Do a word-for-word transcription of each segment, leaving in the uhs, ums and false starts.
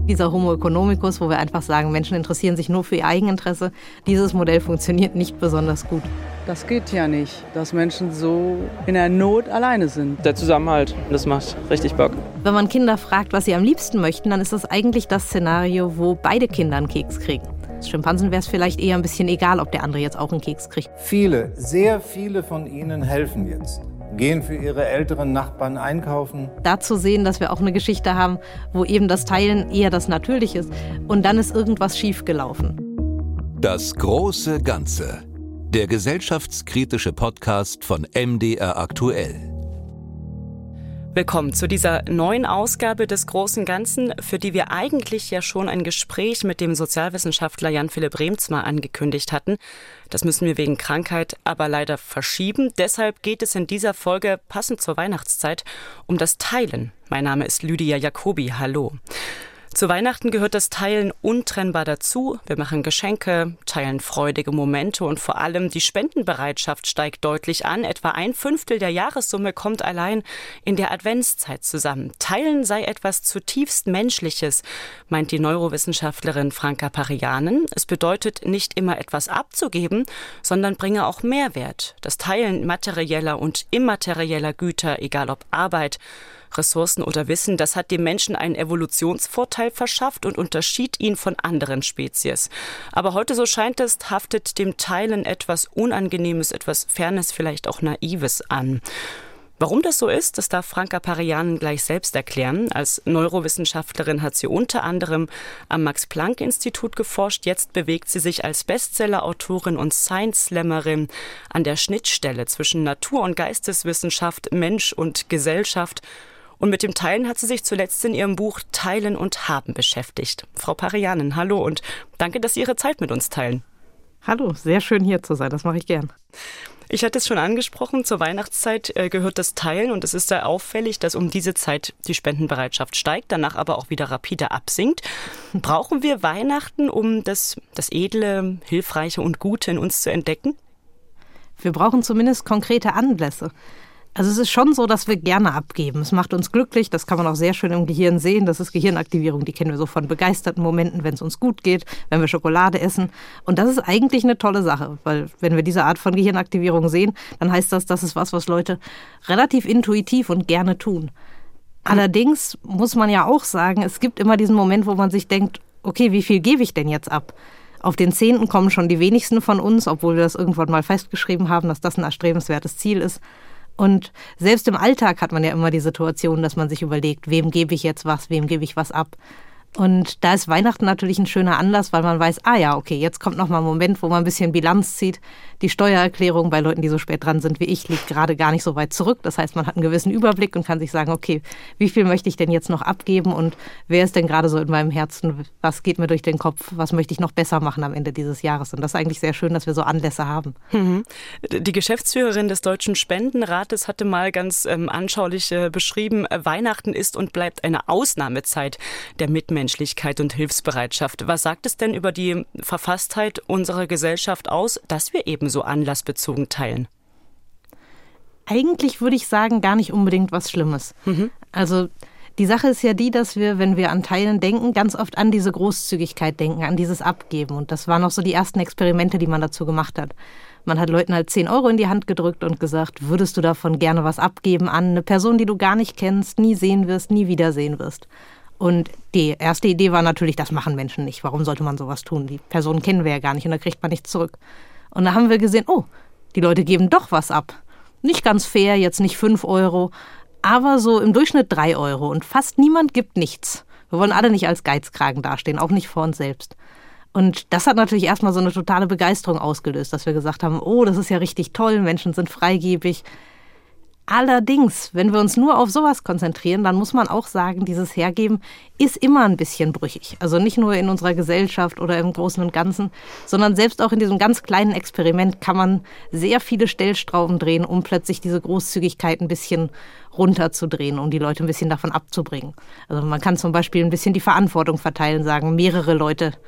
Dieser Homo economicus, wo wir einfach sagen, Menschen interessieren sich nur für ihr Eigeninteresse, dieses Modell funktioniert nicht besonders gut. Das geht ja nicht, dass Menschen so in der Not alleine sind. Der Zusammenhalt, das macht richtig Bock. Wenn man Kinder fragt, was sie am liebsten möchten, dann ist das eigentlich das Szenario, wo beide Kinder einen Keks kriegen. Als Schimpansen wäre es vielleicht eher ein bisschen egal, ob der andere jetzt auch einen Keks kriegt. Viele, sehr viele von ihnen helfen jetzt. Gehen für ihre älteren Nachbarn einkaufen. Da zu sehen, dass wir auch eine Geschichte haben, wo eben das Teilen eher das Natürliche ist. Und dann ist irgendwas schiefgelaufen. Das große Ganze. Der gesellschaftskritische Podcast von M D R aktuell. Willkommen zu dieser neuen Ausgabe des Großen Ganzen, für die wir eigentlich ja schon ein Gespräch mit dem Sozialwissenschaftler Jan-Philipp Reemtsma angekündigt hatten. Das müssen wir wegen Krankheit aber leider verschieben. Deshalb geht es in dieser Folge, passend zur Weihnachtszeit, um das Teilen. Mein Name ist Lydia Jacobi. Hallo. Zu Weihnachten gehört das Teilen untrennbar dazu. Wir machen Geschenke, teilen freudige Momente und vor allem die Spendenbereitschaft steigt deutlich an. Etwa ein Fünftel der Jahressumme kommt allein in der Adventszeit zusammen. Teilen sei etwas zutiefst Menschliches, meint die Neurowissenschaftlerin Franka Parianen. Es bedeutet nicht immer etwas abzugeben, sondern bringe auch Mehrwert. Das Teilen materieller und immaterieller Güter, egal ob Arbeit, Ressourcen oder Wissen, das hat dem Menschen einen Evolutionsvorteil verschafft und unterschied ihn von anderen Spezies. Aber heute, so scheint es, haftet dem Teilen etwas Unangenehmes, etwas Fernes, vielleicht auch Naives an. Warum das so ist, das darf Franka Parianen gleich selbst erklären. Als Neurowissenschaftlerin hat sie unter anderem am Max-Planck-Institut geforscht. Jetzt bewegt sie sich als Bestseller-Autorin und Science-Slammerin an der Schnittstelle zwischen Natur- und Geisteswissenschaft, Mensch und Gesellschaft. Und mit dem Teilen hat sie sich zuletzt in ihrem Buch Teilen und Haben beschäftigt. Frau Parianen, hallo und danke, dass Sie Ihre Zeit mit uns teilen. Hallo, sehr schön hier zu sein, das mache ich gern. Ich hatte es schon angesprochen, zur Weihnachtszeit äh, gehört das Teilen und es ist sehr auffällig, dass um diese Zeit die Spendenbereitschaft steigt, danach aber auch wieder rapide absinkt. Brauchen wir Weihnachten, um das, das Edle, Hilfreiche und Gute in uns zu entdecken? Wir brauchen zumindest konkrete Anlässe. Also es ist schon so, dass wir gerne abgeben. Es macht uns glücklich, das kann man auch sehr schön im Gehirn sehen. Das ist Gehirnaktivierung, die kennen wir so von begeisterten Momenten, wenn es uns gut geht, wenn wir Schokolade essen. Und das ist eigentlich eine tolle Sache, weil wenn wir diese Art von Gehirnaktivierung sehen, dann heißt das, das ist was, was Leute relativ intuitiv und gerne tun. Allerdings muss man ja auch sagen, es gibt immer diesen Moment, wo man sich denkt, okay, wie viel gebe ich denn jetzt ab? Auf den Zehnten kommen schon die wenigsten von uns, obwohl wir das irgendwann mal festgeschrieben haben, dass das ein erstrebenswertes Ziel ist. Und selbst im Alltag hat man ja immer die Situation, dass man sich überlegt, wem gebe ich jetzt was, wem gebe ich was ab. Und da ist Weihnachten natürlich ein schöner Anlass, weil man weiß, ah ja, okay, jetzt kommt noch mal ein Moment, wo man ein bisschen Bilanz zieht. Die Steuererklärung bei Leuten, die so spät dran sind wie ich, liegt gerade gar nicht so weit zurück. Das heißt, man hat einen gewissen Überblick und kann sich sagen, okay, wie viel möchte ich denn jetzt noch abgeben und wer ist denn gerade so in meinem Herzen, was geht mir durch den Kopf, was möchte ich noch besser machen am Ende dieses Jahres. Und das ist eigentlich sehr schön, dass wir so Anlässe haben. Mhm. Die Geschäftsführerin des Deutschen Spendenrates hatte mal ganz ähm, anschaulich äh, beschrieben, Weihnachten ist und bleibt eine Ausnahmezeit der Mitmenschen. Menschlichkeit und Hilfsbereitschaft. Was sagt es denn über die Verfasstheit unserer Gesellschaft aus, dass wir eben so anlassbezogen teilen? Eigentlich würde ich sagen, gar nicht unbedingt was Schlimmes. Mhm. Also die Sache ist ja die, dass wir, wenn wir an Teilen denken, ganz oft an diese Großzügigkeit denken, an dieses Abgeben. Und das waren auch so die ersten Experimente, die man dazu gemacht hat. Man hat Leuten halt zehn Euro in die Hand gedrückt und gesagt, würdest du davon gerne was abgeben an eine Person, die du gar nicht kennst, nie sehen wirst, nie wiedersehen wirst. Und die erste Idee war natürlich, das machen Menschen nicht. Warum sollte man sowas tun? Die Personen kennen wir ja gar nicht und da kriegt man nichts zurück. Und da haben wir gesehen, oh, die Leute geben doch was ab. Nicht ganz fair, jetzt nicht fünf Euro, aber so im Durchschnitt drei Euro. Und fast niemand gibt nichts. Wir wollen alle nicht als Geizkragen dastehen, auch nicht vor uns selbst. Und das hat natürlich erstmal so eine totale Begeisterung ausgelöst, dass wir gesagt haben, oh, das ist ja richtig toll, Menschen sind freigebig. Allerdings, wenn wir uns nur auf sowas konzentrieren, dann muss man auch sagen, dieses Hergeben ist immer ein bisschen brüchig. Also nicht nur in unserer Gesellschaft oder im Großen und Ganzen, sondern selbst auch in diesem ganz kleinen Experiment kann man sehr viele Stellschrauben drehen, um plötzlich diese Großzügigkeit ein bisschen runterzudrehen, um die Leute ein bisschen davon abzubringen. Also man kann zum Beispiel ein bisschen die Verantwortung verteilen, sagen, mehrere Leute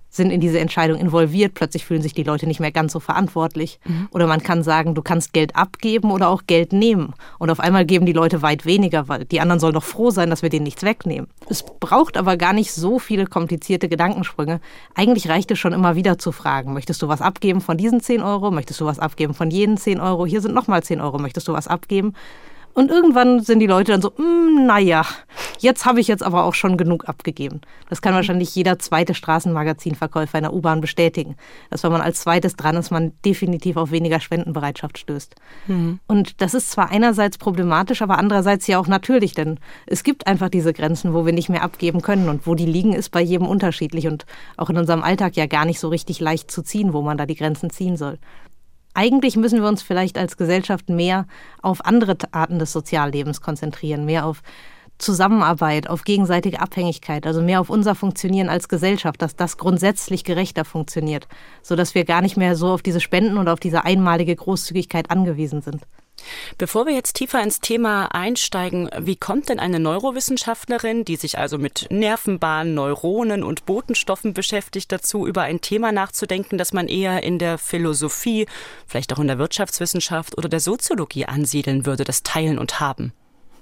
sind in diese Entscheidung involviert. Plötzlich fühlen sich die Leute nicht mehr ganz so verantwortlich. Mhm. Oder man kann sagen, du kannst Geld abgeben oder auch Geld nehmen. Und auf einmal geben die Leute weit weniger, weil die anderen sollen doch froh sein, dass wir denen nichts wegnehmen. Es braucht aber gar nicht so viele komplizierte Gedankensprünge. Eigentlich reicht es schon immer wieder zu fragen, möchtest du was abgeben von diesen zehn Euro? Möchtest du was abgeben von jenen zehn Euro? Hier sind nochmal zehn Euro. Möchtest du was abgeben? Und irgendwann sind die Leute dann so, naja, jetzt habe ich jetzt aber auch schon genug abgegeben. Das kann wahrscheinlich jeder zweite Straßenmagazinverkäufer in der U-Bahn bestätigen. Dass wenn man als zweites dran ist, man definitiv auf weniger Spendenbereitschaft stößt. Mhm. Und das ist zwar einerseits problematisch, aber andererseits ja auch natürlich, denn es gibt einfach diese Grenzen, wo wir nicht mehr abgeben können. Und wo die liegen, ist bei jedem unterschiedlich und auch in unserem Alltag ja gar nicht so richtig leicht zu ziehen, wo man da die Grenzen ziehen soll. Eigentlich müssen wir uns vielleicht als Gesellschaft mehr auf andere Arten des Soziallebens konzentrieren, mehr auf Zusammenarbeit, auf gegenseitige Abhängigkeit, also mehr auf unser Funktionieren als Gesellschaft, dass das grundsätzlich gerechter funktioniert, sodass wir gar nicht mehr so auf diese Spenden und auf diese einmalige Großzügigkeit angewiesen sind. Bevor wir jetzt tiefer ins Thema einsteigen, wie kommt denn eine Neurowissenschaftlerin, die sich also mit Nervenbahnen, Neuronen und Botenstoffen beschäftigt, dazu, über ein Thema nachzudenken, das man eher in der Philosophie, vielleicht auch in der Wirtschaftswissenschaft oder der Soziologie ansiedeln würde, das Teilen und Haben?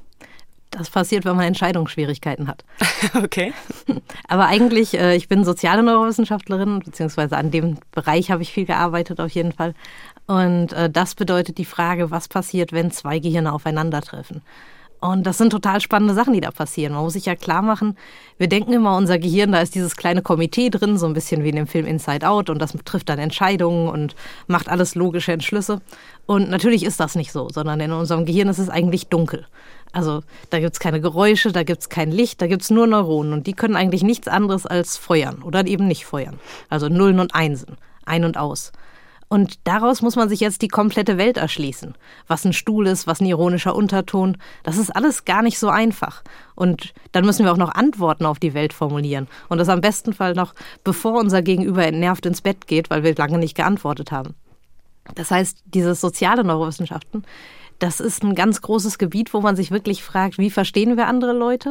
Das passiert, wenn man Entscheidungsschwierigkeiten hat. Okay. Aber eigentlich, ich bin soziale Neurowissenschaftlerin, beziehungsweise an dem Bereich habe ich viel gearbeitet auf jeden Fall. Und das bedeutet die Frage, was passiert, wenn zwei Gehirne aufeinandertreffen. Und das sind total spannende Sachen, die da passieren. Man muss sich ja klar machen, wir denken immer, unser Gehirn, da ist dieses kleine Komitee drin, so ein bisschen wie in dem Film Inside Out. Und das trifft dann Entscheidungen und macht alles logische Entschlüsse. Und natürlich ist das nicht so, sondern in unserem Gehirn ist es eigentlich dunkel. Also da gibt's keine Geräusche, da gibt's kein Licht, da gibt's nur Neuronen. Und die können eigentlich nichts anderes als feuern oder eben nicht feuern. Also Nullen und Einsen, ein und aus. Und daraus muss man sich jetzt die komplette Welt erschließen. Was ein Stuhl ist, was ein ironischer Unterton, das ist alles gar nicht so einfach. Und dann müssen wir auch noch Antworten auf die Welt formulieren. Und das am besten Fall noch, bevor unser Gegenüber entnervt ins Bett geht, weil wir lange nicht geantwortet haben. Das heißt, diese soziale Neurowissenschaften, das ist ein ganz großes Gebiet, wo man sich wirklich fragt, wie verstehen wir andere Leute?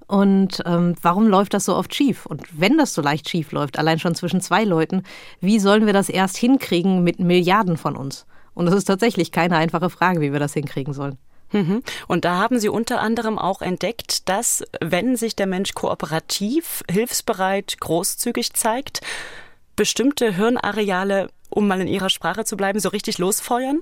Und ähm, warum läuft das so oft schief? Und wenn das so leicht schief läuft, allein schon zwischen zwei Leuten, wie sollen wir das erst hinkriegen mit Milliarden von uns? Und das ist tatsächlich keine einfache Frage, wie wir das hinkriegen sollen. Mhm. Und da haben Sie unter anderem auch entdeckt, dass, wenn sich der Mensch kooperativ, hilfsbereit, großzügig zeigt, bestimmte Hirnareale, um mal in Ihrer Sprache zu bleiben, so richtig losfeuern?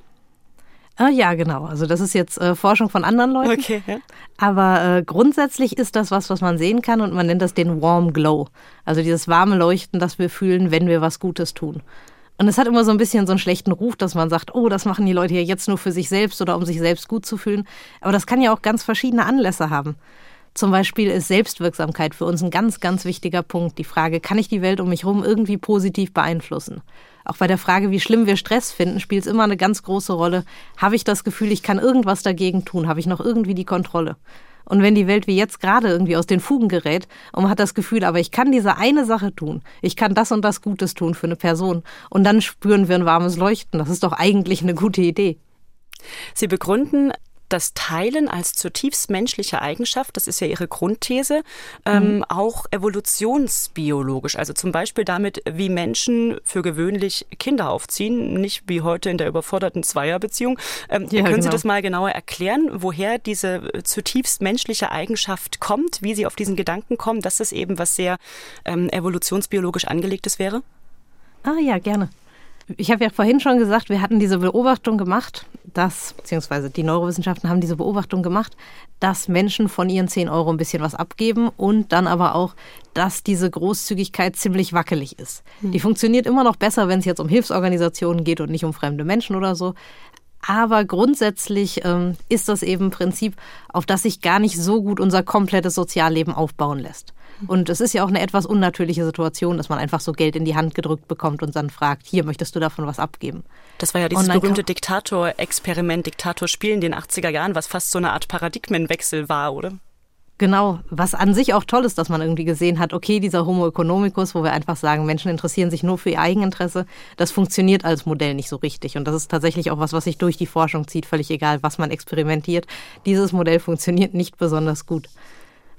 Ah, ja, genau. Also das ist jetzt äh, Forschung von anderen Leuten. Okay, ja. Aber äh, grundsätzlich ist das was, was man sehen kann und man nennt das den Warm Glow. Also dieses warme Leuchten, das wir fühlen, wenn wir was Gutes tun. Und es hat immer so ein bisschen so einen schlechten Ruf, dass man sagt, oh, das machen die Leute hier jetzt nur für sich selbst oder um sich selbst gut zu fühlen. Aber das kann ja auch ganz verschiedene Anlässe haben. Zum Beispiel ist Selbstwirksamkeit für uns ein ganz, ganz wichtiger Punkt. Die Frage, kann ich die Welt um mich herum irgendwie positiv beeinflussen? Auch bei der Frage, wie schlimm wir Stress finden, spielt es immer eine ganz große Rolle. Habe ich das Gefühl, ich kann irgendwas dagegen tun? Habe ich noch irgendwie die Kontrolle? Und wenn die Welt wie jetzt gerade irgendwie aus den Fugen gerät und man hat das Gefühl, aber ich kann diese eine Sache tun, ich kann das und das Gutes tun für eine Person und dann spüren wir ein warmes Leuchten. Das ist doch eigentlich eine gute Idee. Sie begründen das Teilen als zutiefst menschliche Eigenschaft, das ist ja Ihre Grundthese, ähm, mhm. auch evolutionsbiologisch. Also zum Beispiel damit, wie Menschen für gewöhnlich Kinder aufziehen, nicht wie heute in der überforderten Zweierbeziehung. Ähm, ja, können genau. Sie das mal genauer erklären, woher diese zutiefst menschliche Eigenschaft kommt, wie Sie auf diesen Gedanken kommen, dass das eben was sehr ähm, evolutionsbiologisch angelegtes wäre? Ah ja, gerne. Ich habe ja vorhin schon gesagt, wir hatten diese Beobachtung gemacht, dass, beziehungsweise die Neurowissenschaften haben diese Beobachtung gemacht, dass Menschen von ihren zehn Euro ein bisschen was abgeben und dann aber auch, dass diese Großzügigkeit ziemlich wackelig ist. Hm. Die funktioniert immer noch besser, wenn es jetzt um Hilfsorganisationen geht und nicht um fremde Menschen oder so. Aber grundsätzlich ähm, ist das eben ein Prinzip, auf das sich gar nicht so gut unser komplettes Sozialleben aufbauen lässt. Und es ist ja auch eine etwas unnatürliche Situation, dass man einfach so Geld in die Hand gedrückt bekommt und dann fragt, hier, möchtest du davon was abgeben? Das war ja dieses berühmte Diktator-Experiment, Diktatorspiel in den achtziger Jahren, was fast so eine Art Paradigmenwechsel war, oder? Genau, was an sich auch toll ist, dass man irgendwie gesehen hat, okay, dieser Homo economicus, wo wir einfach sagen, Menschen interessieren sich nur für ihr Eigeninteresse, das funktioniert als Modell nicht so richtig. Und das ist tatsächlich auch was, was sich durch die Forschung zieht, völlig egal, was man experimentiert. Dieses Modell funktioniert nicht besonders gut.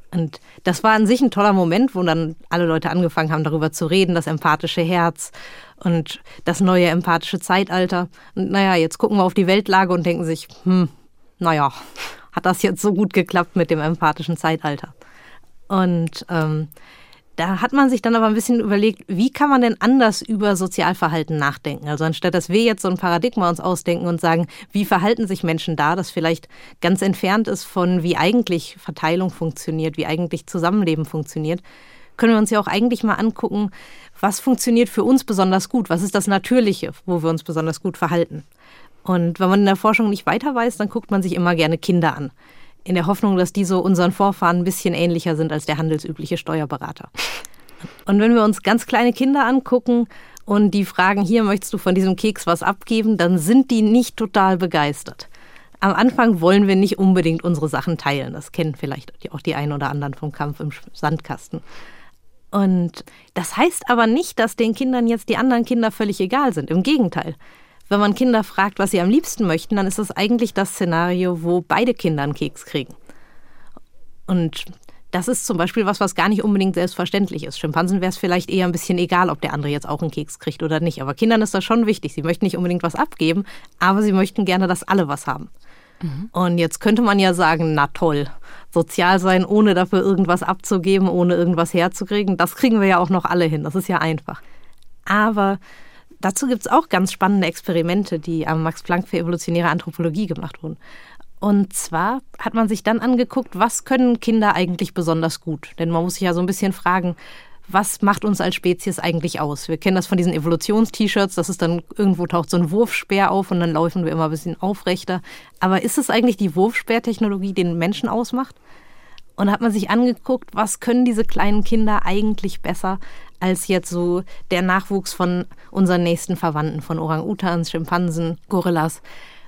Und das war an sich ein toller Moment, wo dann alle Leute angefangen haben, darüber zu reden, das empathische Herz und das neue empathische Zeitalter. Und naja, jetzt gucken wir auf die Weltlage und denken sich, hm, naja, hat das jetzt so gut geklappt mit dem empathischen Zeitalter? Und ähm, da hat man sich dann aber ein bisschen überlegt, wie kann man denn anders über Sozialverhalten nachdenken? Also anstatt, dass wir jetzt so ein Paradigma uns ausdenken und sagen, wie verhalten sich Menschen da, das vielleicht ganz entfernt ist von, wie eigentlich Verteilung funktioniert, wie eigentlich Zusammenleben funktioniert, können wir uns ja auch eigentlich mal angucken, was funktioniert für uns besonders gut? Was ist das Natürliche, wo wir uns besonders gut verhalten? Und wenn man in der Forschung nicht weiter weiß, dann guckt man sich immer gerne Kinder an. In der Hoffnung, dass die so unseren Vorfahren ein bisschen ähnlicher sind als der handelsübliche Steuerberater. Und wenn wir uns ganz kleine Kinder angucken und die fragen, hier, möchtest du von diesem Keks was abgeben, dann sind die nicht total begeistert. Am Anfang wollen wir nicht unbedingt unsere Sachen teilen. Das kennen vielleicht auch die einen oder anderen vom Kampf im Sandkasten. Und das heißt aber nicht, dass den Kindern jetzt die anderen Kinder völlig egal sind. Im Gegenteil. Wenn man Kinder fragt, was sie am liebsten möchten, dann ist das eigentlich das Szenario, wo beide Kinder einen Keks kriegen. Und das ist zum Beispiel was, was gar nicht unbedingt selbstverständlich ist. Schimpansen wäre es vielleicht eher ein bisschen egal, ob der andere jetzt auch einen Keks kriegt oder nicht. Aber Kindern ist das schon wichtig. Sie möchten nicht unbedingt was abgeben, aber sie möchten gerne, dass alle was haben. Mhm. Und jetzt könnte man ja sagen, na toll, sozial sein, ohne dafür irgendwas abzugeben, ohne irgendwas herzukriegen, das kriegen wir ja auch noch alle hin. Das ist ja einfach. Aber dazu gibt es auch ganz spannende Experimente, die am Max Planck für evolutionäre Anthropologie gemacht wurden. Und zwar hat man sich dann angeguckt, was können Kinder eigentlich besonders gut? Denn man muss sich ja so ein bisschen fragen, was macht uns als Spezies eigentlich aus? Wir kennen das von diesen Evolutions-T-Shirts, das ist dann, irgendwo taucht so ein Wurfspeer auf und dann laufen wir immer ein bisschen aufrechter. Aber ist es eigentlich die Wurfspeertechnologie, die den Menschen ausmacht? Und da hat man sich angeguckt, was können diese kleinen Kinder eigentlich besser als jetzt so der Nachwuchs von unseren nächsten Verwandten, von Orang-Utans, Schimpansen, Gorillas.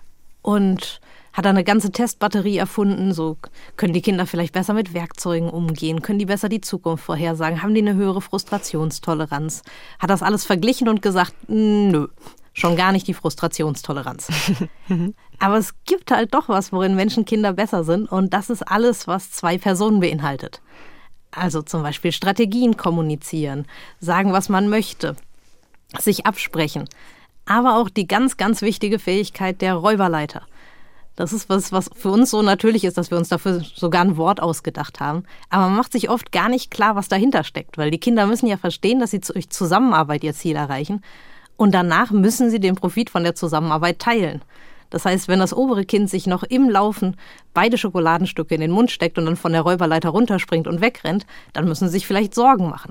Und hat da eine ganze Testbatterie erfunden, so können die Kinder vielleicht besser mit Werkzeugen umgehen, können die besser die Zukunft vorhersagen, haben die eine höhere Frustrationstoleranz. Hat das alles verglichen und gesagt, nö, schon gar nicht die Frustrationstoleranz. Aber es gibt halt doch was, worin Menschenkinder besser sind und das ist alles, was zwei Personen beinhaltet. Also zum Beispiel Strategien kommunizieren, sagen, was man möchte, sich absprechen. Aber auch die ganz, ganz wichtige Fähigkeit der Räuberleiter. Das ist was, was für uns so natürlich ist, dass wir uns dafür sogar ein Wort ausgedacht haben. Aber man macht sich oft gar nicht klar, was dahinter steckt. Weil die Kinder müssen ja verstehen, dass sie durch Zusammenarbeit ihr Ziel erreichen. Und danach müssen sie den Profit von der Zusammenarbeit teilen. Das heißt, wenn das obere Kind sich noch im Laufen beide Schokoladenstücke in den Mund steckt und dann von der Räuberleiter runterspringt und wegrennt, dann müssen sie sich vielleicht Sorgen machen.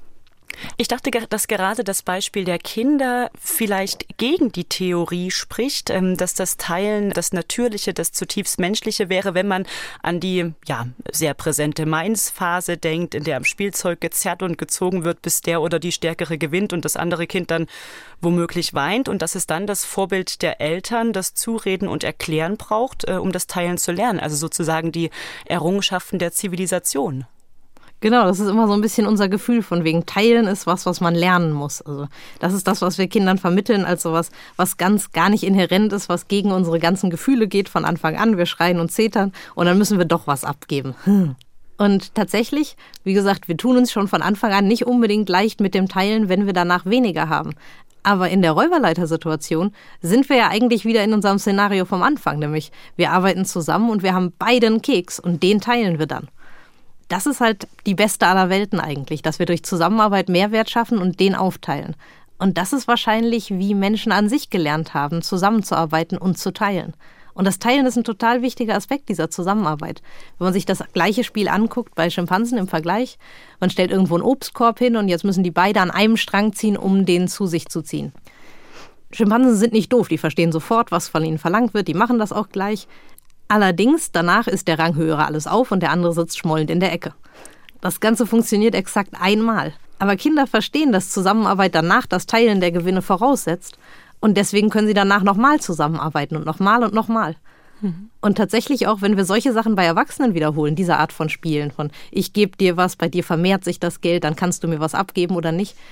Ich dachte, dass gerade das Beispiel der Kinder vielleicht gegen die Theorie spricht, dass das Teilen, das Natürliche, das zutiefst Menschliche wäre, wenn man an die ja sehr präsente Mainz-Phase denkt, in der am Spielzeug gezerrt und gezogen wird, bis der oder die Stärkere gewinnt und das andere Kind dann womöglich weint und dass es dann das Vorbild der Eltern, das Zureden und Erklären braucht, um das Teilen zu lernen, also sozusagen die Errungenschaften der Zivilisation. Genau, das ist immer so ein bisschen unser Gefühl von wegen Teilen ist was, was man lernen muss. Also das ist das, was wir Kindern vermitteln als sowas, was ganz gar nicht inhärent ist, was gegen unsere ganzen Gefühle geht von Anfang an. Wir schreien und zetern und dann müssen wir doch was abgeben. Und tatsächlich, wie gesagt, wir tun uns schon von Anfang an nicht unbedingt leicht mit dem Teilen, wenn wir danach weniger haben. Aber in der Räuberleitersituation sind wir ja eigentlich wieder in unserem Szenario vom Anfang, nämlich wir arbeiten zusammen und wir haben beide einen Keks und den teilen wir dann. Das ist halt die beste aller Welten eigentlich, dass wir durch Zusammenarbeit Mehrwert schaffen und den aufteilen. Und das ist wahrscheinlich, wie Menschen an sich gelernt haben, zusammenzuarbeiten und zu teilen. Und das Teilen ist ein total wichtiger Aspekt dieser Zusammenarbeit. Wenn man sich das gleiche Spiel anguckt bei Schimpansen im Vergleich, man stellt irgendwo einen Obstkorb hin und jetzt müssen die beide an einem Strang ziehen, um den zu sich zu ziehen. Schimpansen sind nicht doof, die verstehen sofort, was von ihnen verlangt wird, die machen das auch gleich. Allerdings, danach ist der Ranghöhere alles auf und der andere sitzt schmollend in der Ecke. Das Ganze funktioniert exakt einmal. Aber Kinder verstehen, dass Zusammenarbeit danach das Teilen der Gewinne voraussetzt. Und deswegen können sie danach nochmal zusammenarbeiten und nochmal und nochmal. Mhm. Und tatsächlich auch, wenn wir solche Sachen bei Erwachsenen wiederholen, diese Art von Spielen, von ich gebe dir was, bei dir vermehrt sich das Geld, dann kannst du mir was abgeben oder nicht,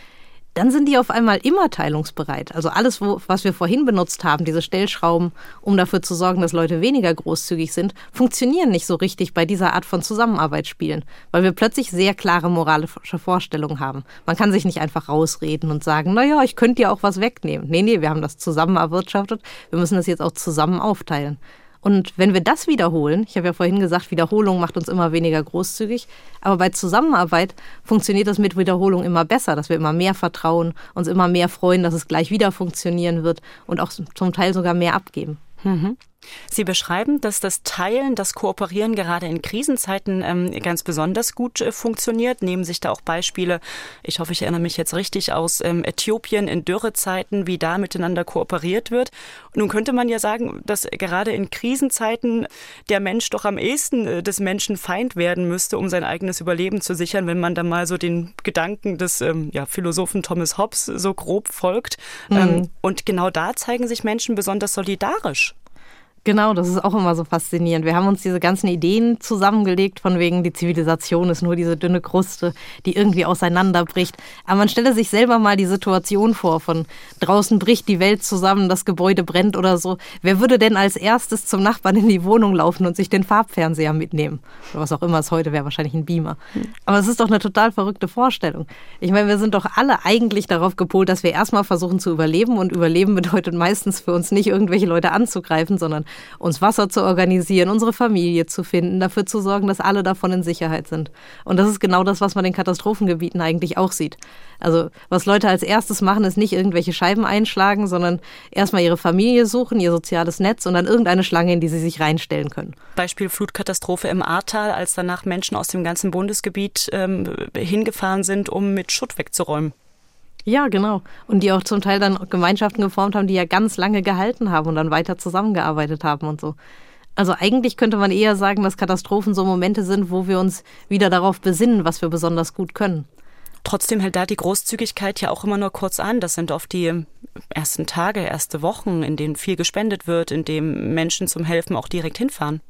dann sind die auf einmal immer teilungsbereit. Also alles, wo, was wir vorhin benutzt haben, diese Stellschrauben, um dafür zu sorgen, dass Leute weniger großzügig sind, funktionieren nicht so richtig bei dieser Art von Zusammenarbeitsspielen, weil wir plötzlich sehr klare moralische Vorstellungen haben. Man kann sich nicht einfach rausreden und sagen, naja, ich könnte dir auch was wegnehmen. Nee, nee, wir haben das zusammen erwirtschaftet, wir müssen das jetzt auch zusammen aufteilen. Und wenn wir das wiederholen, ich habe ja vorhin gesagt, Wiederholung macht uns immer weniger großzügig, aber bei Zusammenarbeit funktioniert das mit Wiederholung immer besser, dass wir immer mehr vertrauen, uns immer mehr freuen, dass es gleich wieder funktionieren wird und auch zum Teil sogar mehr abgeben. Mhm. Sie beschreiben, dass das Teilen, das Kooperieren gerade in Krisenzeiten ähm, ganz besonders gut äh, funktioniert. Nehmen sich da auch Beispiele, ich hoffe, ich erinnere mich jetzt richtig, aus ähm, Äthiopien in Dürrezeiten, wie da miteinander kooperiert wird. Und nun könnte man ja sagen, dass gerade in Krisenzeiten der Mensch doch am ehesten äh, des Menschen Feind werden müsste, um sein eigenes Überleben zu sichern, wenn man da mal so den Gedanken des ähm, ja, Philosophen Thomas Hobbes so grob folgt. Mhm. Ähm, und genau da zeigen sich Menschen besonders solidarisch. Genau, das ist auch immer so faszinierend. Wir haben uns diese ganzen Ideen zusammengelegt, von wegen die Zivilisation ist nur diese dünne Kruste, die irgendwie auseinanderbricht. Aber man stelle sich selber mal die Situation vor, von draußen bricht die Welt zusammen, das Gebäude brennt oder so. Wer würde denn als erstes zum Nachbarn in die Wohnung laufen und sich den Farbfernseher mitnehmen? Oder was auch immer es heute wäre, wahrscheinlich ein Beamer. Aber es ist doch eine total verrückte Vorstellung. Ich meine, wir sind doch alle eigentlich darauf gepolt, dass wir erstmal versuchen zu überleben. Und überleben bedeutet meistens für uns nicht, irgendwelche Leute anzugreifen, sondern uns Wasser zu organisieren, unsere Familie zu finden, dafür zu sorgen, dass alle davon in Sicherheit sind. Und das ist genau das, was man in Katastrophengebieten eigentlich auch sieht. Also was Leute als erstes machen, ist nicht irgendwelche Scheiben einschlagen, sondern erstmal ihre Familie suchen, ihr soziales Netz und dann irgendeine Schlange, in die sie sich reinstellen können. Beispiel Flutkatastrophe im Ahrtal, als danach Menschen aus dem ganzen Bundesgebiet ähm, hingefahren sind, um mit Schutt wegzuräumen. Ja, genau. Und die auch zum Teil dann Gemeinschaften geformt haben, die ja ganz lange gehalten haben und dann weiter zusammengearbeitet haben und so. Also eigentlich könnte man eher sagen, dass Katastrophen so Momente sind, wo wir uns wieder darauf besinnen, was wir besonders gut können. Trotzdem hält da die Großzügigkeit ja auch immer nur kurz an. Das sind oft die ersten Tage, erste Wochen, in denen viel gespendet wird, in denen Menschen zum Helfen auch direkt hinfahren.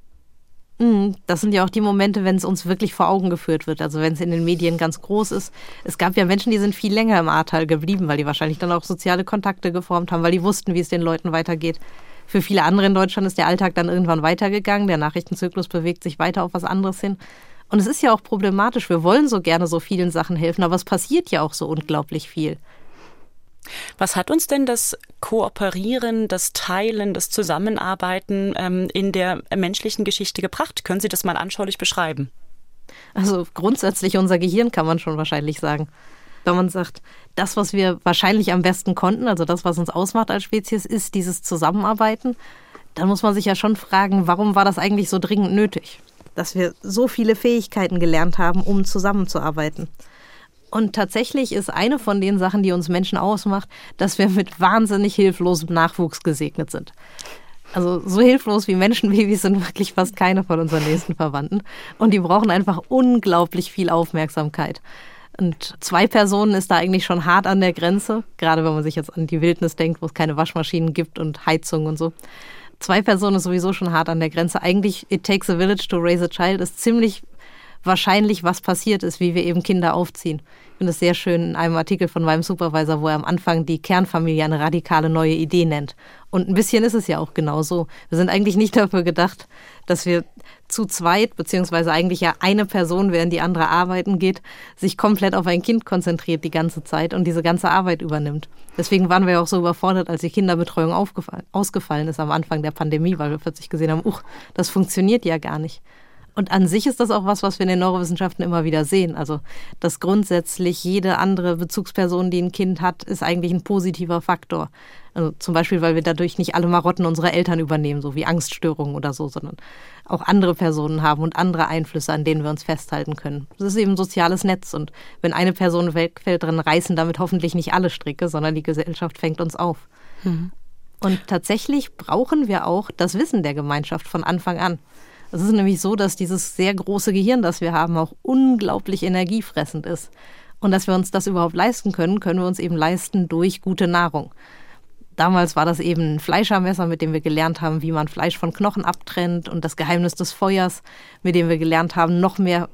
Das sind ja auch die Momente, wenn es uns wirklich vor Augen geführt wird, also wenn es in den Medien ganz groß ist. Es gab ja Menschen, die sind viel länger im Ahrtal geblieben, weil die wahrscheinlich dann auch soziale Kontakte geformt haben, weil die wussten, wie es den Leuten weitergeht. Für viele andere in Deutschland ist der Alltag dann irgendwann weitergegangen, der Nachrichtenzyklus bewegt sich weiter auf was anderes hin. Und es ist ja auch problematisch, wir wollen so gerne so vielen Sachen helfen, aber es passiert ja auch so unglaublich viel. Was hat uns denn das Kooperieren, das Teilen, das Zusammenarbeiten ähm, in der menschlichen Geschichte gebracht? Können Sie das mal anschaulich beschreiben? Also grundsätzlich unser Gehirn, kann man schon wahrscheinlich sagen. Wenn man sagt, das, was wir wahrscheinlich am besten konnten, also das, was uns ausmacht als Spezies, ist dieses Zusammenarbeiten, dann muss man sich ja schon fragen, warum war das eigentlich so dringend nötig? Dass wir so viele Fähigkeiten gelernt haben, um zusammenzuarbeiten. Und tatsächlich ist eine von den Sachen, die uns Menschen ausmacht, dass wir mit wahnsinnig hilflosem Nachwuchs gesegnet sind. Also so hilflos wie Menschenbabys sind wirklich fast keine von unseren nächsten Verwandten. Und die brauchen einfach unglaublich viel Aufmerksamkeit. Und zwei Personen ist da eigentlich schon hart an der Grenze, gerade wenn man sich jetzt an die Wildnis denkt, wo es keine Waschmaschinen gibt und Heizung und so. Zwei Personen ist sowieso schon hart an der Grenze. Eigentlich, it takes a village to raise a child, ist ziemlich wahrscheinlich, was passiert ist, wie wir eben Kinder aufziehen. Ich finde es sehr schön in einem Artikel von meinem Supervisor, wo er am Anfang die Kernfamilie eine radikale neue Idee nennt. Und ein bisschen ist es ja auch genau so. Wir sind eigentlich nicht dafür gedacht, dass wir zu zweit, beziehungsweise eigentlich ja eine Person, während die andere arbeiten geht, sich komplett auf ein Kind konzentriert die ganze Zeit und diese ganze Arbeit übernimmt. Deswegen waren wir ja auch so überfordert, als die Kinderbetreuung aufgefallen, ausgefallen ist am Anfang der Pandemie, weil wir plötzlich gesehen haben, uch, das funktioniert ja gar nicht. Und an sich ist das auch was, was wir in den Neurowissenschaften immer wieder sehen. Also, dass grundsätzlich jede andere Bezugsperson, die ein Kind hat, ist eigentlich ein positiver Faktor. Also zum Beispiel, weil wir dadurch nicht alle Marotten unserer Eltern übernehmen, so wie Angststörungen oder so, sondern auch andere Personen haben und andere Einflüsse, an denen wir uns festhalten können. Das ist eben ein soziales Netz. Und wenn eine Person wegfällt, dann reißen damit hoffentlich nicht alle Stricke, sondern die Gesellschaft fängt uns auf. Mhm. Und tatsächlich brauchen wir auch das Wissen der Gemeinschaft von Anfang an. Es ist nämlich so, dass dieses sehr große Gehirn, das wir haben, auch unglaublich energiefressend ist. Und dass wir uns das überhaupt leisten können, können wir uns eben leisten durch gute Nahrung. Damals war das eben ein Fleischermesser, mit dem wir gelernt haben, wie man Fleisch von Knochen abtrennt, und das Geheimnis des Feuers, mit dem wir gelernt haben, noch mehr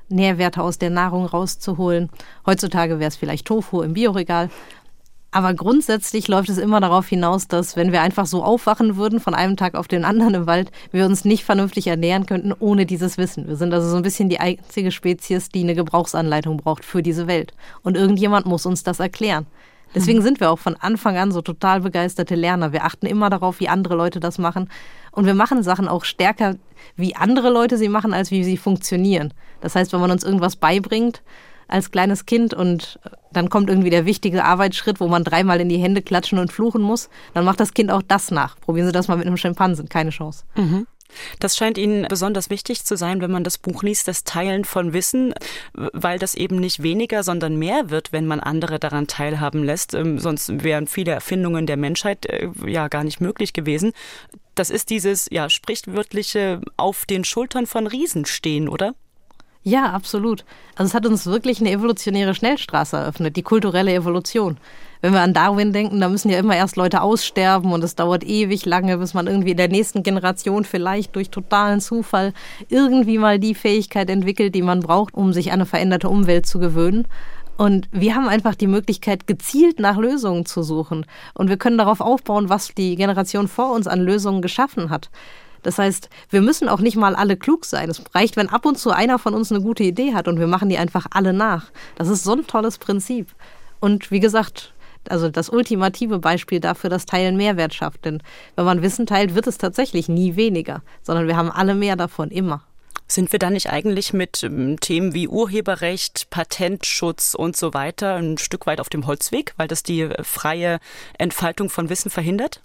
Nährwerte aus der Nahrung rauszuholen. Heutzutage wäre es vielleicht Tofu im Bioregal. Aber grundsätzlich läuft es immer darauf hinaus, dass wenn wir einfach so aufwachen würden von einem Tag auf den anderen im Wald, wir uns nicht vernünftig ernähren könnten ohne dieses Wissen. Wir sind also so ein bisschen die einzige Spezies, die eine Gebrauchsanleitung braucht für diese Welt. Und irgendjemand muss uns das erklären. Deswegen sind wir auch von Anfang an so total begeisterte Lerner. Wir achten immer darauf, wie andere Leute das machen. Und wir machen Sachen auch stärker, wie andere Leute sie machen, als wie sie funktionieren. Das heißt, wenn man uns irgendwas beibringt, als kleines Kind und dann kommt irgendwie der wichtige Arbeitsschritt, wo man dreimal in die Hände klatschen und fluchen muss, dann macht das Kind auch das nach. Probieren Sie das mal mit einem Schimpansen, keine Chance. Mhm. Das scheint Ihnen besonders wichtig zu sein, wenn man das Buch liest, das Teilen von Wissen, weil das eben nicht weniger, sondern mehr wird, wenn man andere daran teilhaben lässt. Ähm, sonst wären viele Erfindungen der Menschheit äh, ja gar nicht möglich gewesen. Das ist dieses ja sprichwörtliche auf den Schultern von Riesen stehen, oder? Ja, absolut. Also es hat uns wirklich eine evolutionäre Schnellstraße eröffnet, die kulturelle Evolution. Wenn wir an Darwin denken, da müssen ja immer erst Leute aussterben und es dauert ewig lange, bis man irgendwie in der nächsten Generation vielleicht durch totalen Zufall irgendwie mal die Fähigkeit entwickelt, die man braucht, um sich an eine veränderte Umwelt zu gewöhnen. Und wir haben einfach die Möglichkeit, gezielt nach Lösungen zu suchen. Und wir können darauf aufbauen, was die Generation vor uns an Lösungen geschaffen hat. Das heißt, wir müssen auch nicht mal alle klug sein. Es reicht, wenn ab und zu einer von uns eine gute Idee hat und wir machen die einfach alle nach. Das ist so ein tolles Prinzip. Und wie gesagt, also das ultimative Beispiel dafür, dass Teilen Mehrwert schafft. Denn wenn man Wissen teilt, wird es tatsächlich nie weniger, sondern wir haben alle mehr davon, immer. Sind wir dann nicht eigentlich mit ähm, Themen wie Urheberrecht, Patentschutz und so weiter ein Stück weit auf dem Holzweg, weil das die äh, freie Entfaltung von Wissen verhindert?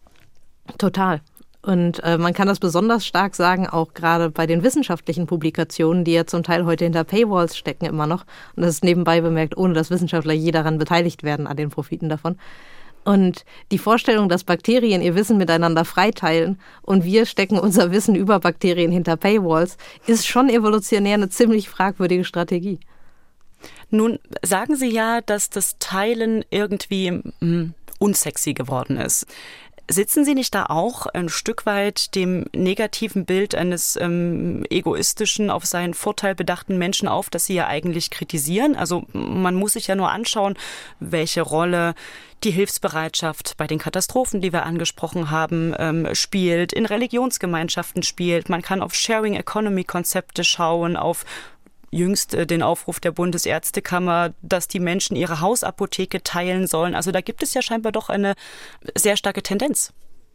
Total. Und äh, man kann das besonders stark sagen, auch gerade bei den wissenschaftlichen Publikationen, die ja zum Teil heute hinter Paywalls stecken immer noch. Und das ist nebenbei bemerkt, ohne dass Wissenschaftler je daran beteiligt werden, an den Profiten davon. Und die Vorstellung, dass Bakterien ihr Wissen miteinander freiteilen und wir stecken unser Wissen über Bakterien hinter Paywalls, ist schon evolutionär eine ziemlich fragwürdige Strategie. Nun sagen Sie ja, dass das Teilen irgendwie mh, unsexy geworden ist. Sitzen Sie nicht da auch ein Stück weit dem negativen Bild eines ähm, egoistischen, auf seinen Vorteil bedachten Menschen auf, das Sie ja eigentlich kritisieren? Also man muss sich ja nur anschauen, welche Rolle die Hilfsbereitschaft bei den Katastrophen, die wir angesprochen haben, ähm, spielt, in Religionsgemeinschaften spielt. Man kann auf Sharing-Economy-Konzepte schauen, auf jüngst den Aufruf der Bundesärztekammer, dass die Menschen ihre Hausapotheke teilen sollen. Also da gibt es ja scheinbar doch eine sehr starke Tendenz.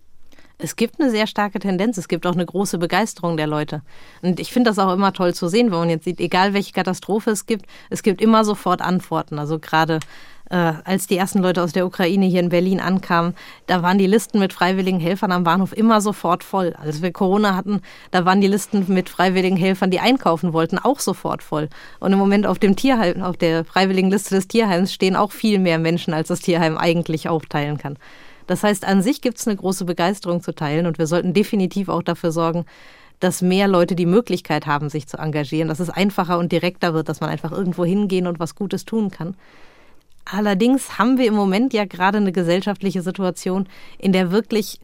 Es gibt eine sehr starke Tendenz. Es gibt auch eine große Begeisterung der Leute. Und ich finde das auch immer toll zu sehen, wenn man jetzt sieht, egal welche Katastrophe es gibt, es gibt immer sofort Antworten. Also gerade äh, als die ersten Leute aus der Ukraine hier in Berlin ankamen, da waren die Listen mit freiwilligen Helfern am Bahnhof immer sofort voll. Als wir Corona hatten, da waren die Listen mit freiwilligen Helfern, die einkaufen wollten, auch sofort voll. Und im Moment auf dem Tierheim, auf der freiwilligen Liste des Tierheims stehen auch viel mehr Menschen, als das Tierheim eigentlich aufteilen kann. Das heißt, an sich gibt es eine große Begeisterung zu teilen und wir sollten definitiv auch dafür sorgen, dass mehr Leute die Möglichkeit haben, sich zu engagieren, dass es einfacher und direkter wird, dass man einfach irgendwo hingehen und was Gutes tun kann. Allerdings haben wir im Moment ja gerade eine gesellschaftliche Situation, in der wirklich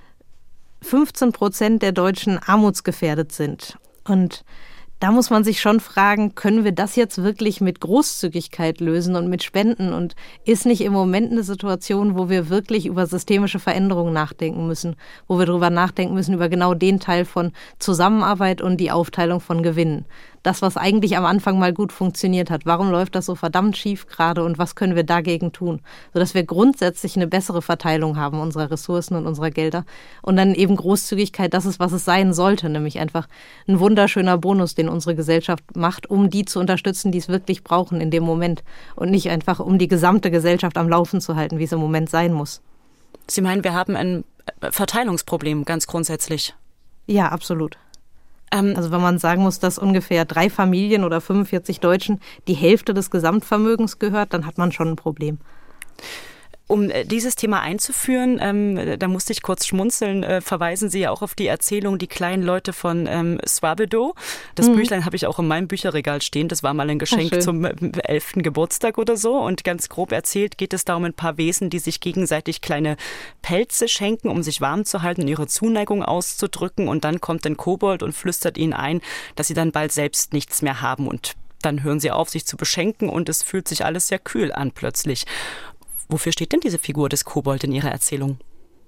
fünfzehn Prozent der Deutschen armutsgefährdet sind. Und da muss man sich schon fragen, können wir das jetzt wirklich mit Großzügigkeit lösen und mit Spenden? Und ist nicht im Moment eine Situation, wo wir wirklich über systemische Veränderungen nachdenken müssen, wo wir darüber nachdenken müssen, über genau den Teil von Zusammenarbeit und die Aufteilung von Gewinnen? Das, was eigentlich am Anfang mal gut funktioniert hat. Warum läuft das so verdammt schief gerade und was können wir dagegen tun? Sodass wir grundsätzlich eine bessere Verteilung haben unserer Ressourcen und unserer Gelder. Und dann eben Großzügigkeit, das ist, was es sein sollte. Nämlich einfach ein wunderschöner Bonus, den unsere Gesellschaft macht, um die zu unterstützen, die es wirklich brauchen in dem Moment. Und nicht einfach, um die gesamte Gesellschaft am Laufen zu halten, wie es im Moment sein muss. Sie meinen, wir haben ein Verteilungsproblem ganz grundsätzlich? Ja, absolut. Also wenn man sagen muss, dass ungefähr drei Familien oder fünfundvierzig Deutschen die Hälfte des Gesamtvermögens gehört, dann hat man schon ein Problem. Um dieses Thema einzuführen, ähm, da musste ich kurz schmunzeln, äh, verweisen Sie ja auch auf die Erzählung Die kleinen Leute von ähm, Swabedot. Das mhm. Büchlein habe ich auch in meinem Bücherregal stehen. Das war mal ein Geschenk Ach, zum elften Geburtstag oder so. Und ganz grob erzählt geht es da um ein paar Wesen, die sich gegenseitig kleine Pelze schenken, um sich warm zu halten und ihre Zuneigung auszudrücken. Und dann kommt ein Kobold und flüstert ihnen ein, dass sie dann bald selbst nichts mehr haben und dann hören sie auf, sich zu beschenken und es fühlt sich alles sehr kühl an plötzlich. Wofür steht denn diese Figur des Kobold in Ihrer Erzählung?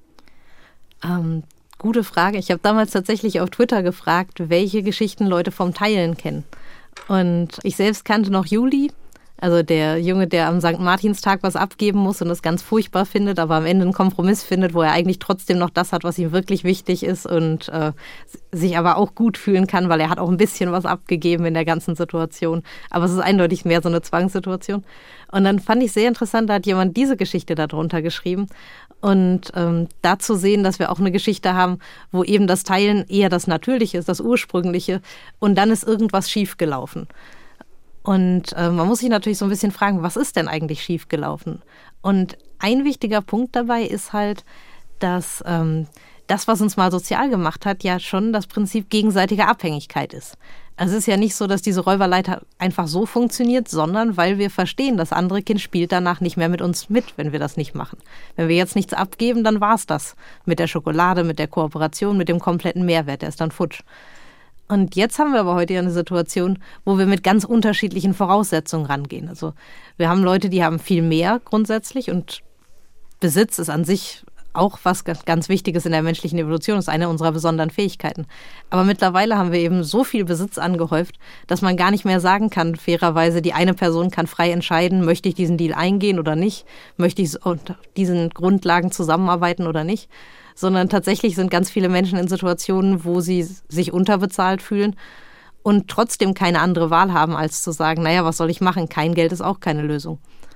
Ähm, gute Frage. Ich habe damals tatsächlich auf Twitter gefragt, welche Geschichten Leute vom Teilen kennen. Und ich selbst kannte noch Juli, also der Junge, der am Sankt Martinstag was abgeben muss und das ganz furchtbar findet, aber am Ende einen Kompromiss findet, wo er eigentlich trotzdem noch das hat, was ihm wirklich wichtig ist und äh, sich aber auch gut fühlen kann, weil er hat auch ein bisschen was abgegeben in der ganzen Situation. Aber es ist eindeutig mehr so eine Zwangssituation. Und dann fand ich sehr interessant, da hat jemand diese Geschichte darunter geschrieben. Und ähm, da zu sehen, dass wir auch eine Geschichte haben, wo eben das Teilen eher das Natürliche ist, das Ursprüngliche, und dann ist irgendwas schiefgelaufen. Und äh, man muss sich natürlich so ein bisschen fragen, was ist denn eigentlich schiefgelaufen? Und ein wichtiger Punkt dabei ist halt, dass ähm, das, was uns mal sozial gemacht hat, ja schon das Prinzip gegenseitige Abhängigkeit ist. Also es ist ja nicht so, dass diese Räuberleiter einfach so funktioniert, sondern weil wir verstehen, das andere Kind spielt danach nicht mehr mit uns mit, wenn wir das nicht machen. Wenn wir jetzt nichts abgeben, dann war's das. Mit der Schokolade, mit der Kooperation, mit dem kompletten Mehrwert, der ist dann futsch. Und jetzt haben wir aber heute ja eine Situation, wo wir mit ganz unterschiedlichen Voraussetzungen rangehen. Also wir haben Leute, die haben viel mehr grundsätzlich und Besitz ist an sich auch was ganz Wichtiges in der menschlichen Evolution, ist eine unserer besonderen Fähigkeiten. Aber mittlerweile haben wir eben so viel Besitz angehäuft, dass man gar nicht mehr sagen kann, fairerweise, die eine Person kann frei entscheiden, möchte ich diesen Deal eingehen oder nicht, möchte ich unter diesen Grundlagen zusammenarbeiten oder nicht. Sondern tatsächlich sind ganz viele Menschen in Situationen, wo sie sich unterbezahlt fühlen und trotzdem keine andere Wahl haben, als zu sagen, naja, was soll ich machen? Kein Geld ist auch keine Lösung.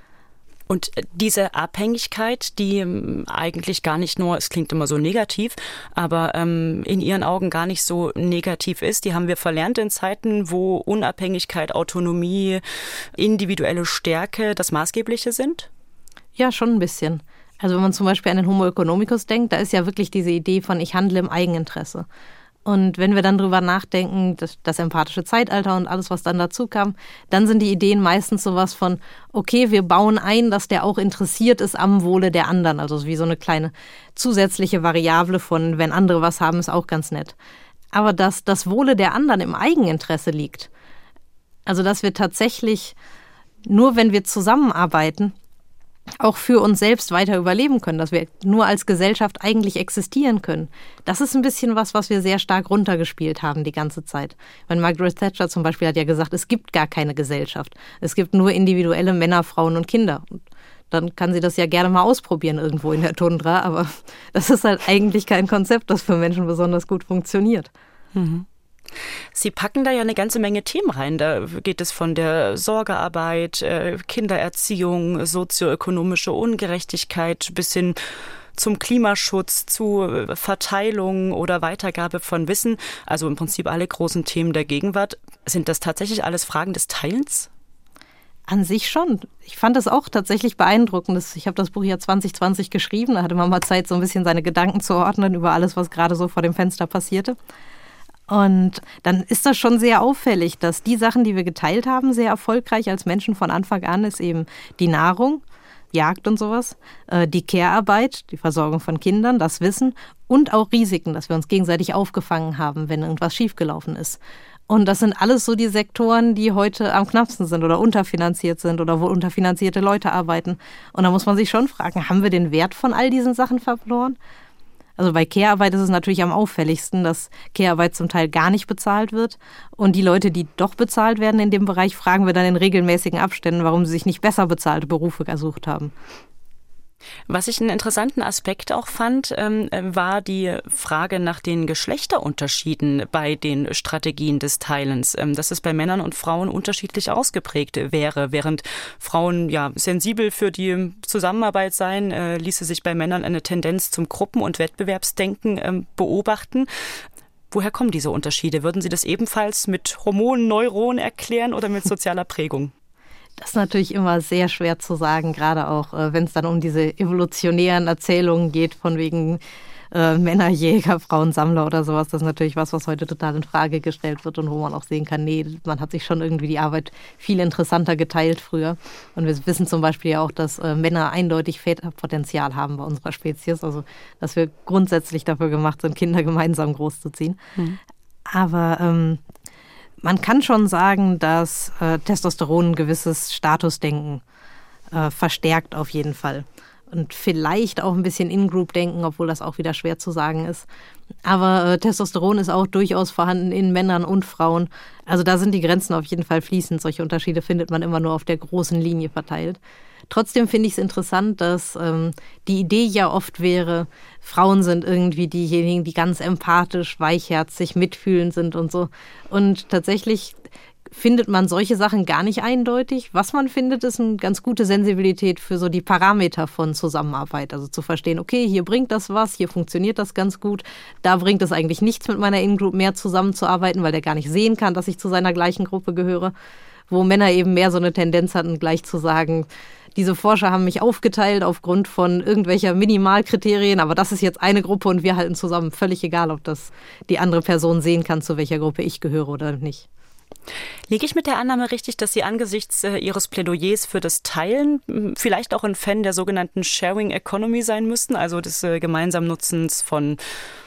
Und diese Abhängigkeit, die eigentlich gar nicht nur, es klingt immer so negativ, aber ähm, in Ihren Augen gar nicht so negativ ist, die haben wir verlernt in Zeiten, wo Unabhängigkeit, Autonomie, individuelle Stärke das Maßgebliche sind? Ja, schon ein bisschen. Also wenn man zum Beispiel an den Homo economicus denkt, da ist ja wirklich diese Idee von ich handle im Eigeninteresse. Und wenn wir dann drüber nachdenken, das, das empathische Zeitalter und alles, was dann dazu kam, dann sind die Ideen meistens sowas von, okay, wir bauen ein, dass der auch interessiert ist am Wohle der anderen. Also wie so eine kleine zusätzliche Variable von, wenn andere was haben, ist auch ganz nett. Aber dass das Wohle der anderen im Eigeninteresse liegt, also dass wir tatsächlich nur, wenn wir zusammenarbeiten, auch für uns selbst weiter überleben können, dass wir nur als Gesellschaft eigentlich existieren können. Das ist ein bisschen was, was wir sehr stark runtergespielt haben die ganze Zeit. Weil Margaret Thatcher zum Beispiel hat ja gesagt, es gibt gar keine Gesellschaft. Es gibt nur individuelle Männer, Frauen und Kinder. Und dann kann sie das ja gerne mal ausprobieren irgendwo in der Tundra, aber das ist halt eigentlich kein Konzept, das für Menschen besonders gut funktioniert. Mhm. Sie packen da ja eine ganze Menge Themen rein. Da geht es von der Sorgearbeit, Kindererziehung, sozioökonomische Ungerechtigkeit bis hin zum Klimaschutz, zu Verteilung oder Weitergabe von Wissen. Also im Prinzip alle großen Themen der Gegenwart. Sind das tatsächlich alles Fragen des Teilens? An sich schon. Ich fand das auch tatsächlich beeindruckend. Ich habe das Buch ja zwanzig zwanzig geschrieben. Da hatte man mal Zeit, so ein bisschen seine Gedanken zu ordnen über alles, was gerade so vor dem Fenster passierte. Und dann ist das schon sehr auffällig, dass die Sachen, die wir geteilt haben, sehr erfolgreich als Menschen von Anfang an, ist eben die Nahrung, Jagd und sowas, die Care-Arbeit, die Versorgung von Kindern, das Wissen und auch Risiken, dass wir uns gegenseitig aufgefangen haben, wenn irgendwas schiefgelaufen ist. Und das sind alles so die Sektoren, die heute am knappsten sind oder unterfinanziert sind oder wo unterfinanzierte Leute arbeiten. Und da muss man sich schon fragen, haben wir den Wert von all diesen Sachen verloren? Also bei Care-Arbeit ist es natürlich am auffälligsten, dass Care-Arbeit zum Teil gar nicht bezahlt wird. Und die Leute, die doch bezahlt werden in dem Bereich, fragen wir dann in regelmäßigen Abständen, warum sie sich nicht besser bezahlte Berufe ersucht haben. Was ich einen interessanten Aspekt auch fand, ähm, war die Frage nach den Geschlechterunterschieden bei den Strategien des Teilens. Ähm, dass es bei Männern und Frauen unterschiedlich ausgeprägt wäre. Während Frauen ja sensibel für die Zusammenarbeit seien, äh, ließe sich bei Männern eine Tendenz zum Gruppen- und Wettbewerbsdenken ähm, beobachten. Woher kommen diese Unterschiede? Würden Sie das ebenfalls mit Hormonen, Neuronen erklären oder mit sozialer Prägung? Das ist natürlich immer sehr schwer zu sagen, gerade auch, äh, wenn es dann um diese evolutionären Erzählungen geht, von wegen äh, Männer, Jäger, Frauen, Sammler oder sowas. Das ist natürlich was, was heute total in Frage gestellt wird und wo man auch sehen kann, nee, man hat sich schon irgendwie die Arbeit viel interessanter geteilt früher. Und wir wissen zum Beispiel ja auch, dass äh, Männer eindeutig Väterpotenzial haben bei unserer Spezies. Also, dass wir grundsätzlich dafür gemacht sind, Kinder gemeinsam großzuziehen. Mhm. Aber ähm, Man kann schon sagen, dass äh, Testosteron ein gewisses Statusdenken äh, verstärkt auf jeden Fall. Und vielleicht auch ein bisschen In-Group-Denken, obwohl das auch wieder schwer zu sagen ist. Aber äh, Testosteron ist auch durchaus vorhanden in Männern und Frauen. Also da sind die Grenzen auf jeden Fall fließend. Solche Unterschiede findet man immer nur auf der großen Linie verteilt. Trotzdem finde ich es interessant, dass ähm, die Idee ja oft wäre, Frauen sind irgendwie diejenigen, die ganz empathisch, weichherzig, mitfühlend sind und so. Und tatsächlich findet man solche Sachen gar nicht eindeutig. Was man findet, ist eine ganz gute Sensibilität für so die Parameter von Zusammenarbeit. Also zu verstehen, okay, hier bringt das was, hier funktioniert das ganz gut. Da bringt es eigentlich nichts, mit meiner In-Group mehr zusammenzuarbeiten, weil der gar nicht sehen kann, dass ich zu seiner gleichen Gruppe gehöre. Wo Männer eben mehr so eine Tendenz hatten, gleich zu sagen, diese Forscher haben mich aufgeteilt aufgrund von irgendwelcher Minimalkriterien, aber das ist jetzt eine Gruppe und wir halten zusammen. Völlig egal, ob das die andere Person sehen kann, zu welcher Gruppe ich gehöre oder nicht. Liege ich mit der Annahme richtig, dass Sie angesichts äh, Ihres Plädoyers für das Teilen vielleicht auch ein Fan der sogenannten Sharing Economy sein müssten, also des äh, gemeinsamen Nutzens von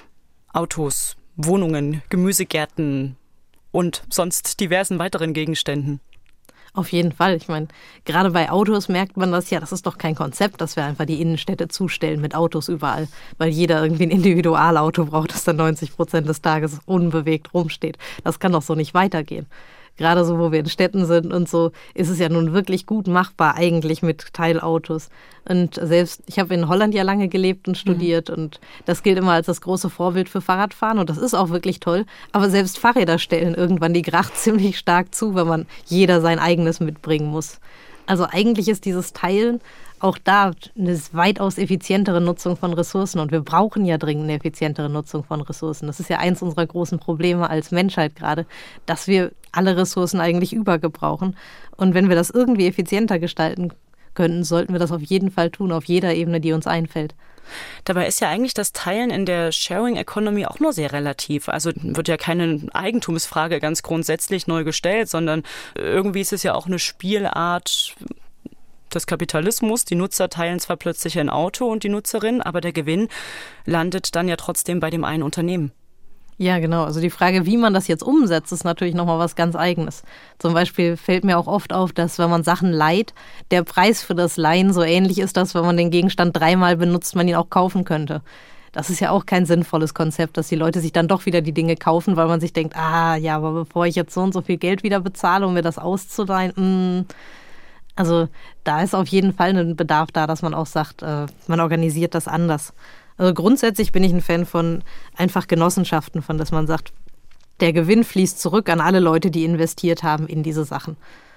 Autos, Wohnungen, Gemüsegärten und sonst diversen weiteren Gegenständen? Auf jeden Fall. Ich meine, gerade bei Autos merkt man das ja, das ist doch kein Konzept, dass wir einfach die Innenstädte zustellen mit Autos überall, weil jeder irgendwie ein Individualauto braucht, das dann neunzig Prozent des Tages unbewegt rumsteht. Das kann doch so nicht weitergehen. Gerade so, wo wir in Städten sind und so, ist es ja nun wirklich gut machbar eigentlich mit Teilautos. Und selbst, ich habe in Holland ja lange gelebt und studiert mhm. und das gilt immer als das große Vorbild für Fahrradfahren und das ist auch wirklich toll. Aber selbst Fahrräder stellen irgendwann die Gracht ziemlich stark zu, wenn man jeder sein eigenes mitbringen muss. Also eigentlich ist dieses Teilen auch da eine weitaus effizientere Nutzung von Ressourcen. Und wir brauchen ja dringend eine effizientere Nutzung von Ressourcen. Das ist ja eins unserer großen Probleme als Menschheit gerade, dass wir alle Ressourcen eigentlich übergebrauchen. Und wenn wir das irgendwie effizienter gestalten könnten, sollten wir das auf jeden Fall tun, auf jeder Ebene, die uns einfällt. Dabei ist ja eigentlich das Teilen in der Sharing Economy auch nur sehr relativ. Also wird ja keine Eigentumsfrage ganz grundsätzlich neu gestellt, sondern irgendwie ist es ja auch eine Spielart des Kapitalismus. Die Nutzer teilen zwar plötzlich ein Auto und die Nutzerin, aber der Gewinn landet dann ja trotzdem bei dem einen Unternehmen. Ja, genau. Also die Frage, wie man das jetzt umsetzt, ist natürlich nochmal was ganz Eigenes. Zum Beispiel fällt mir auch oft auf, dass wenn man Sachen leiht, der Preis für das Leihen so ähnlich ist, dass wenn man den Gegenstand dreimal benutzt, man ihn auch kaufen könnte. Das ist ja auch kein sinnvolles Konzept, dass die Leute sich dann doch wieder die Dinge kaufen, weil man sich denkt, ah ja, aber bevor ich jetzt so und so viel Geld wieder bezahle, um mir das auszuleihen, mh. Also da ist auf jeden Fall ein Bedarf da, dass man auch sagt, äh, man organisiert das anders. Also grundsätzlich bin ich ein Fan von einfach Genossenschaften, von dass man sagt, der Gewinn fließt zurück an alle Leute, die investiert haben in diese Sachen.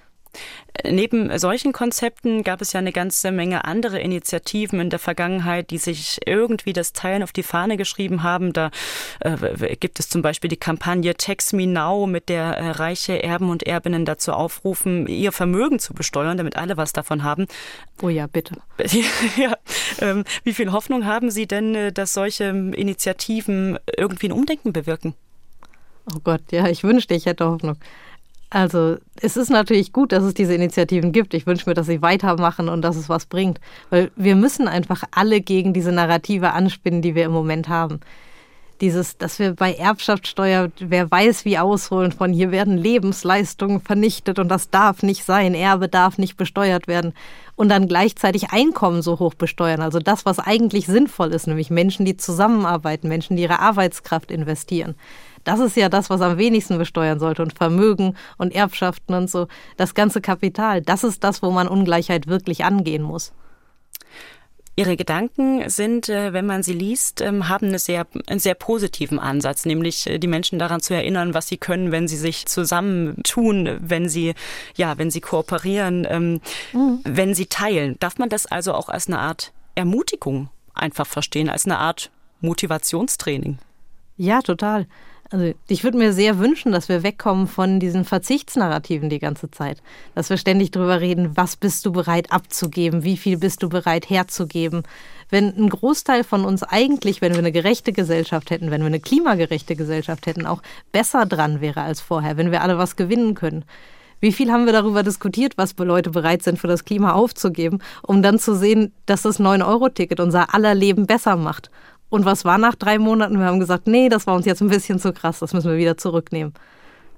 Neben solchen Konzepten gab es ja eine ganze Menge andere Initiativen in der Vergangenheit, die sich irgendwie das Teilen auf die Fahne geschrieben haben. Da äh, gibt es zum Beispiel die Kampagne Tax Me Now, mit der äh, reiche Erben und Erbinnen dazu aufrufen, ihr Vermögen zu besteuern, damit alle was davon haben. Oh ja, bitte. ja, ähm, wie viel Hoffnung haben Sie denn, dass solche Initiativen irgendwie ein Umdenken bewirken? Oh Gott, ja, ich wünschte, ich hätte Hoffnung. Also es ist natürlich gut, dass es diese Initiativen gibt. Ich wünsche mir, dass sie weitermachen und dass es was bringt. Weil wir müssen einfach alle gegen diese Narrative anspinnen, die wir im Moment haben. Dieses, dass wir bei Erbschaftssteuer, wer weiß wie ausholen von, hier werden Lebensleistungen vernichtet und das darf nicht sein, Erbe darf nicht besteuert werden. Und dann gleichzeitig Einkommen so hoch besteuern. Also das, was eigentlich sinnvoll ist, nämlich Menschen, die zusammenarbeiten, Menschen, die ihre Arbeitskraft investieren. Das ist ja das, was am wenigsten besteuern sollte. Und Vermögen und Erbschaften und so, das ganze Kapital, das ist das, wo man Ungleichheit wirklich angehen muss. Ihre Gedanken sind, wenn man sie liest, haben eine sehr, einen sehr positiven Ansatz, nämlich die Menschen daran zu erinnern, was sie können, wenn sie sich zusammentun, wenn sie, ja, wenn sie kooperieren, mhm. wenn sie teilen. Darf man das also auch als eine Art Ermutigung einfach verstehen, als eine Art Motivationstraining? Ja, total. Also ich würde mir sehr wünschen, dass wir wegkommen von diesen Verzichtsnarrativen die ganze Zeit. Dass wir ständig drüber reden, was bist du bereit abzugeben, wie viel bist du bereit herzugeben. Wenn ein Großteil von uns eigentlich, wenn wir eine gerechte Gesellschaft hätten, wenn wir eine klimagerechte Gesellschaft hätten, auch besser dran wäre als vorher, wenn wir alle was gewinnen können. Wie viel haben wir darüber diskutiert, was Leute bereit sind, für das Klima aufzugeben, um dann zu sehen, dass das neun Euro Ticket unser aller Leben besser macht. Und was war nach drei Monaten? Wir haben gesagt, nee, das war uns jetzt ein bisschen zu krass, das müssen wir wieder zurücknehmen.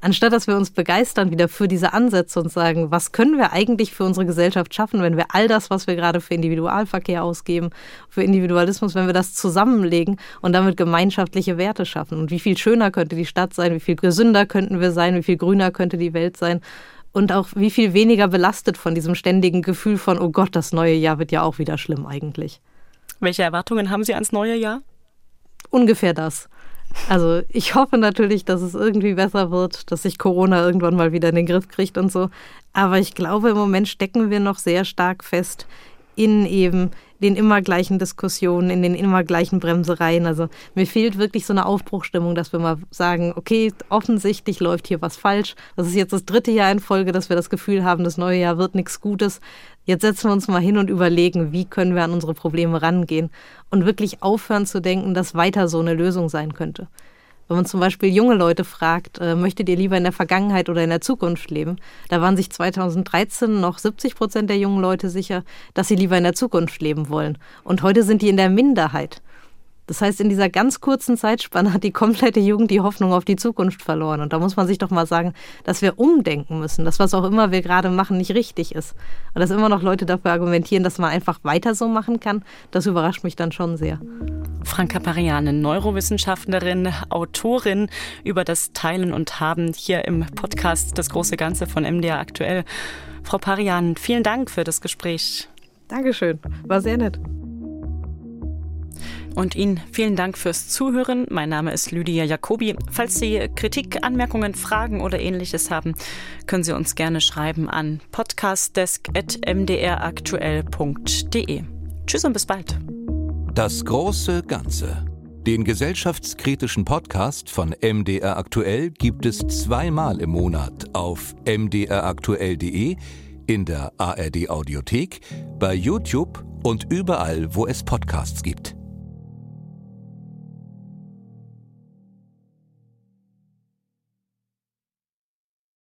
Anstatt dass wir uns begeistern wieder für diese Ansätze und sagen, was können wir eigentlich für unsere Gesellschaft schaffen, wenn wir all das, was wir gerade für Individualverkehr ausgeben, für Individualismus, wenn wir das zusammenlegen und damit gemeinschaftliche Werte schaffen. Und wie viel schöner könnte die Stadt sein, wie viel gesünder könnten wir sein, wie viel grüner könnte die Welt sein und auch wie viel weniger belastet von diesem ständigen Gefühl von, oh Gott, das neue Jahr wird ja auch wieder schlimm eigentlich. Welche Erwartungen haben Sie ans neue Jahr? Ungefähr das. Also ich hoffe natürlich, dass es irgendwie besser wird, dass sich Corona irgendwann mal wieder in den Griff kriegt und so. Aber ich glaube, im Moment stecken wir noch sehr stark fest in eben den immer gleichen Diskussionen, in den immer gleichen Bremsereien. Also mir fehlt wirklich so eine Aufbruchstimmung, dass wir mal sagen, okay, offensichtlich läuft hier was falsch. Das ist jetzt das dritte Jahr in Folge, dass wir das Gefühl haben, das neue Jahr wird nichts Gutes. Jetzt setzen wir uns mal hin und überlegen, wie können wir an unsere Probleme rangehen und wirklich aufhören zu denken, dass weiter so eine Lösung sein könnte. Wenn man zum Beispiel junge Leute fragt, äh, möchtet ihr lieber in der Vergangenheit oder in der Zukunft leben? Da waren sich zweitausenddreizehn noch siebzig Prozent der jungen Leute sicher, dass sie lieber in der Zukunft leben wollen. Und heute sind die in der Minderheit. Das heißt, in dieser ganz kurzen Zeitspanne hat die komplette Jugend die Hoffnung auf die Zukunft verloren. Und da muss man sich doch mal sagen, dass wir umdenken müssen, dass was auch immer wir gerade machen, nicht richtig ist. Und dass immer noch Leute dafür argumentieren, dass man einfach weiter so machen kann, das überrascht mich dann schon sehr. Franka Parianen, Neurowissenschaftlerin, Autorin über das Teilen und Haben hier im Podcast Das große Ganze von M D R aktuell. Frau Parianen, vielen Dank für das Gespräch. Dankeschön, war sehr nett. Und Ihnen vielen Dank fürs Zuhören. Mein Name ist Lydia Jacobi. Falls Sie Kritik, Anmerkungen, Fragen oder Ähnliches haben, können Sie uns gerne schreiben an podcastdesk at m d r aktuell punkt d e. Tschüss und bis bald. Das große Ganze. Den gesellschaftskritischen Podcast von M D R Aktuell gibt es zweimal im Monat auf m d r aktuell punkt d e, in der A R D Audiothek, bei YouTube und überall, wo es Podcasts gibt.